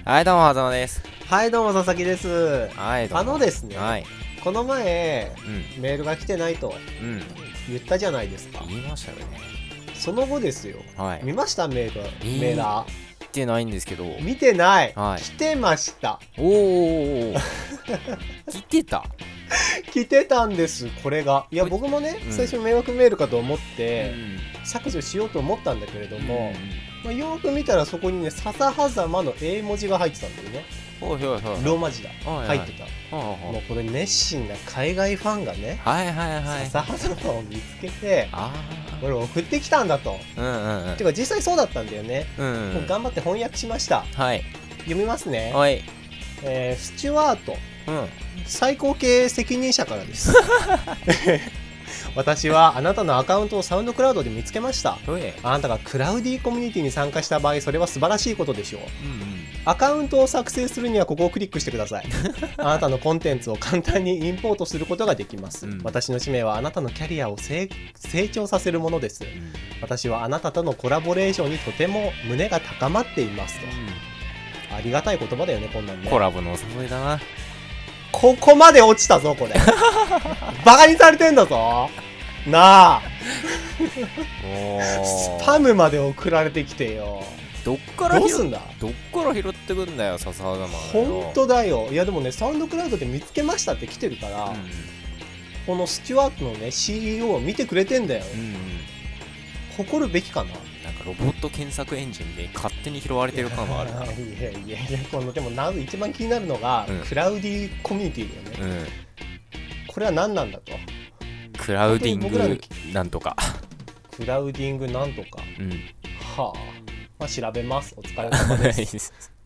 はい、どうも、はざまです。 はいどうも佐々木です。 はい、どうも。 ですね、 はい。 この前、 うメールが来てないとん。 言ったじゃないですか。 言いましたよね。 その後ですよ。 はい。 見ましたメー見ラてないんですけど。 ー見てない、 はい来てました。 おー。来てた。 来てたんです。これがいや僕もね、最初迷惑メールかと思って削除しようと思ったんだけれども、よーく見たらそこにね笹狭間の A 文字が入ってたんだよね。 ローマ字だ、入ってた。もうこれ熱心な海外ファンがね、笹狭間を見つけてこれ送ってきたんだと。てか実際そうだったんだよね。もう頑張って翻訳しました。読みますね。スチュワート、最高経営責任者からです私はあなたのアカウントをサウンドクラウドで見つけました。あなたがクラウディコミュニティに参加した場合、それは素晴らしいことでしょう。アカウントを作成するにはここをクリックしてくださいあなたのコンテンツを簡単にインポートすることができます。私の使命はあなたのキャリアを成長させるものです。私はあなたとのコラボレーションにとても胸が高まっていますと。ありがたい言葉だよね、こんなんね。 コラボのお誘いだな。 ここまで落ちたぞこれバカにされてんだぞなあスパムまで送られてきてよ。 どっからどうすんだ。 どっから拾ってくんだよ、笹田マン。 ほんとだよ。いやでもね、サウンドクラウドで見つけましたって来てるから、このスチュワートのね CEO を見てくれてんだよ。誇るべきかな。 なんかロボット検索エンジンで勝手に拾われてる感があるな。 いやこのでも一番気になるのが、クラウディコミュニティだよね。これは何なんだと。 クラウディングなんとか。 クラウディングなんとか。はあ。まあ調べます。お疲れ様です。